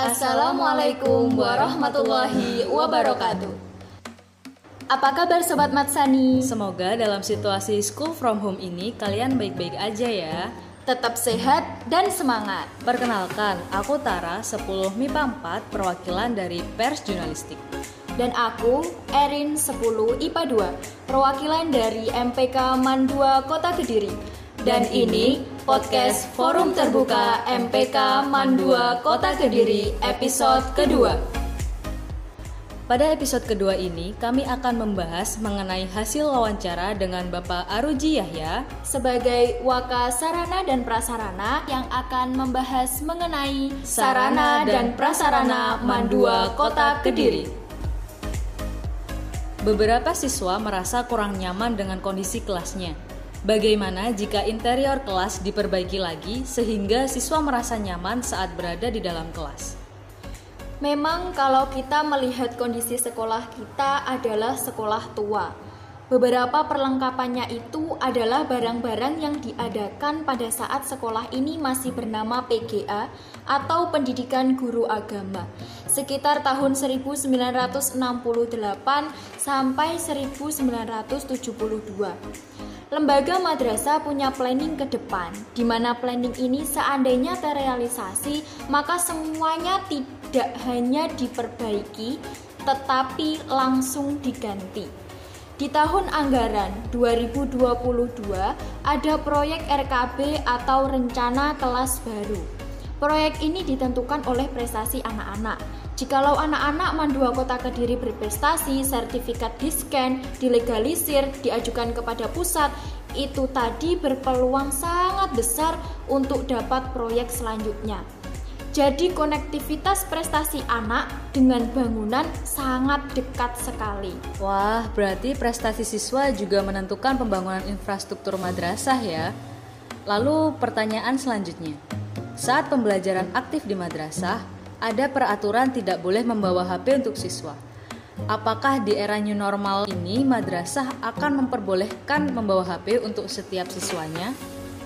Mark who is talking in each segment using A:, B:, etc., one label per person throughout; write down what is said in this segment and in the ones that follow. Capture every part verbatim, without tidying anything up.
A: Assalamualaikum warahmatullahi wabarakatuh. Apa kabar Sobat Matsani?
B: Semoga dalam situasi school from home ini kalian baik-baik aja ya.
A: Tetap sehat dan semangat.
B: Perkenalkan, aku Tara, sepuluh M I P A empat, perwakilan dari Pers Jurnalistik.
A: Dan aku, Erin, sepuluh I P A dua, perwakilan dari M P K MAN dua Kota Kediri. Dan ini podcast Forum Terbuka M P K MAN dua Kota Kediri episode kedua.
B: Pada episode kedua ini, kami akan membahas mengenai hasil wawancara dengan Bapak Aruji Yahya
A: sebagai Waka Sarana dan Prasarana yang akan membahas mengenai sarana dan prasarana MAN dua Kota Kediri.
B: Beberapa siswa merasa kurang nyaman dengan kondisi kelasnya. Bagaimana jika interior kelas diperbaiki lagi sehingga siswa merasa nyaman saat berada di dalam kelas?
A: Memang kalau kita melihat kondisi sekolah kita adalah sekolah tua. Beberapa perlengkapannya itu adalah barang-barang yang diadakan pada saat sekolah ini masih bernama P G A atau Pendidikan Guru Agama, sekitar tahun seribu sembilan ratus enam puluh delapan sampai seribu sembilan ratus tujuh puluh dua. Lembaga madrasah punya planning ke depan, di mana planning ini seandainya terrealisasi, maka semuanya tidak hanya diperbaiki, tetapi langsung diganti. Di tahun anggaran dua ribu dua puluh dua ada proyek R K B atau Rencana Kelas Baru. Proyek ini ditentukan oleh prestasi anak-anak. Jikalau anak-anak MAN dua Kota Kediri berprestasi, sertifikat di-scan, dilegalisir, diajukan kepada pusat, itu tadi berpeluang sangat besar untuk dapat proyek selanjutnya. Jadi konektivitas prestasi anak dengan bangunan sangat dekat sekali.
B: Wah, berarti prestasi siswa juga menentukan pembangunan infrastruktur madrasah ya. Lalu pertanyaan selanjutnya. Saat pembelajaran aktif di madrasah, ada peraturan tidak boleh membawa H P untuk siswa. Apakah di era new normal ini madrasah akan memperbolehkan membawa H P untuk setiap siswanya?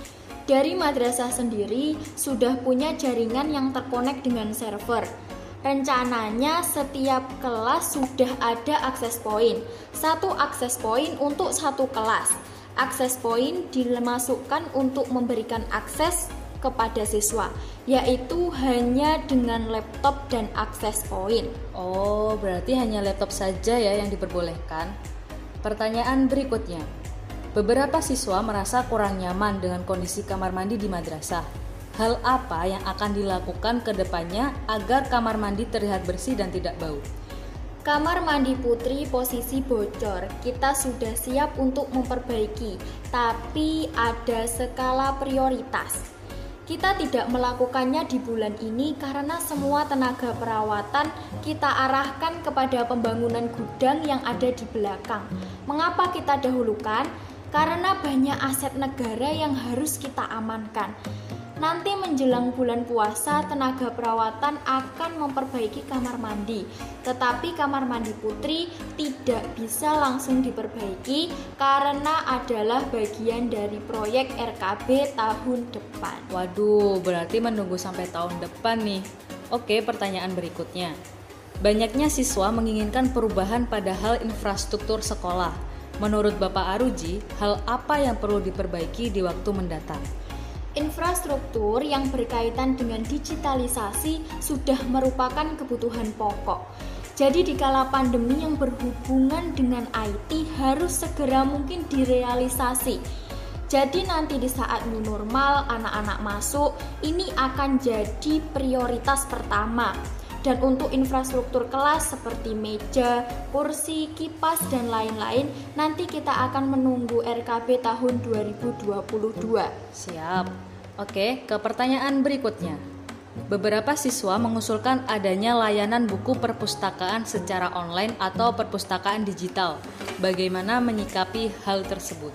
A: Dari madrasah sendiri sudah punya jaringan yang terkonek dengan server. Rencananya setiap kelas sudah ada akses point. Satu akses point untuk satu kelas. Akses point dimasukkan untuk memberikan akses kepada siswa, yaitu hanya dengan laptop dan akses point.
B: Oh, berarti hanya laptop saja ya yang diperbolehkan. Pertanyaan berikutnya. Beberapa siswa merasa kurang nyaman dengan kondisi kamar mandi di madrasah. Hal apa yang akan dilakukan ke depannya agar kamar mandi terlihat bersih dan tidak bau?
A: Kamar mandi putri posisi bocor, kita sudah siap untuk memperbaiki, tapi ada skala prioritas. Kita tidak melakukannya di bulan ini karena semua tenaga perawatan kita arahkan kepada pembangunan gudang yang ada di belakang. Mengapa kita dahulukan? Karena banyak aset negara yang harus kita amankan. Nanti menjelang bulan puasa, tenaga perawatan akan memperbaiki kamar mandi. Tetapi kamar mandi putri tidak bisa langsung diperbaiki karena adalah bagian dari proyek R K B tahun depan.
B: Waduh, berarti menunggu sampai tahun depan nih. Oke, pertanyaan berikutnya. Banyaknya siswa menginginkan perubahan pada hal infrastruktur sekolah. Menurut Bapak Aruji, hal apa yang perlu diperbaiki di waktu mendatang?
A: Infrastruktur yang berkaitan dengan digitalisasi sudah merupakan kebutuhan pokok. Jadi di kala pandemi yang berhubungan dengan I T harus segera mungkin direalisasi. Jadi nanti di saat new normal anak-anak masuk, ini akan jadi prioritas pertama. Dan untuk infrastruktur kelas seperti meja, kursi, kipas, dan lain-lain, nanti kita akan menunggu R K B tahun dua ribu dua puluh dua.
B: Siap. Oke, ke pertanyaan berikutnya. Beberapa siswa mengusulkan adanya layanan buku perpustakaan secara online atau perpustakaan digital. Bagaimana menyikapi hal tersebut?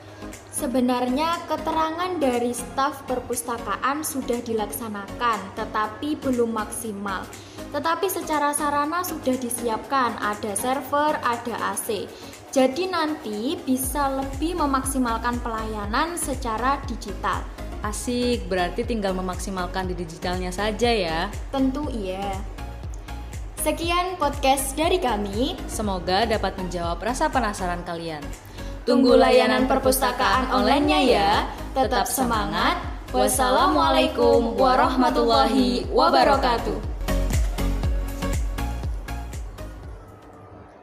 A: Sebenarnya keterangan dari staf perpustakaan sudah dilaksanakan, tetapi belum maksimal. Tetapi secara sarana sudah disiapkan, ada server, ada A C. Jadi nanti bisa lebih memaksimalkan pelayanan secara digital.
B: Asik, berarti tinggal memaksimalkan di digitalnya saja ya.
A: Tentu iya. Sekian podcast dari kami.
B: Semoga dapat menjawab rasa penasaran kalian.
A: Tunggu layanan perpustakaan online-nya ya. Tetap semangat. Wassalamualaikum warahmatullahi wabarakatuh.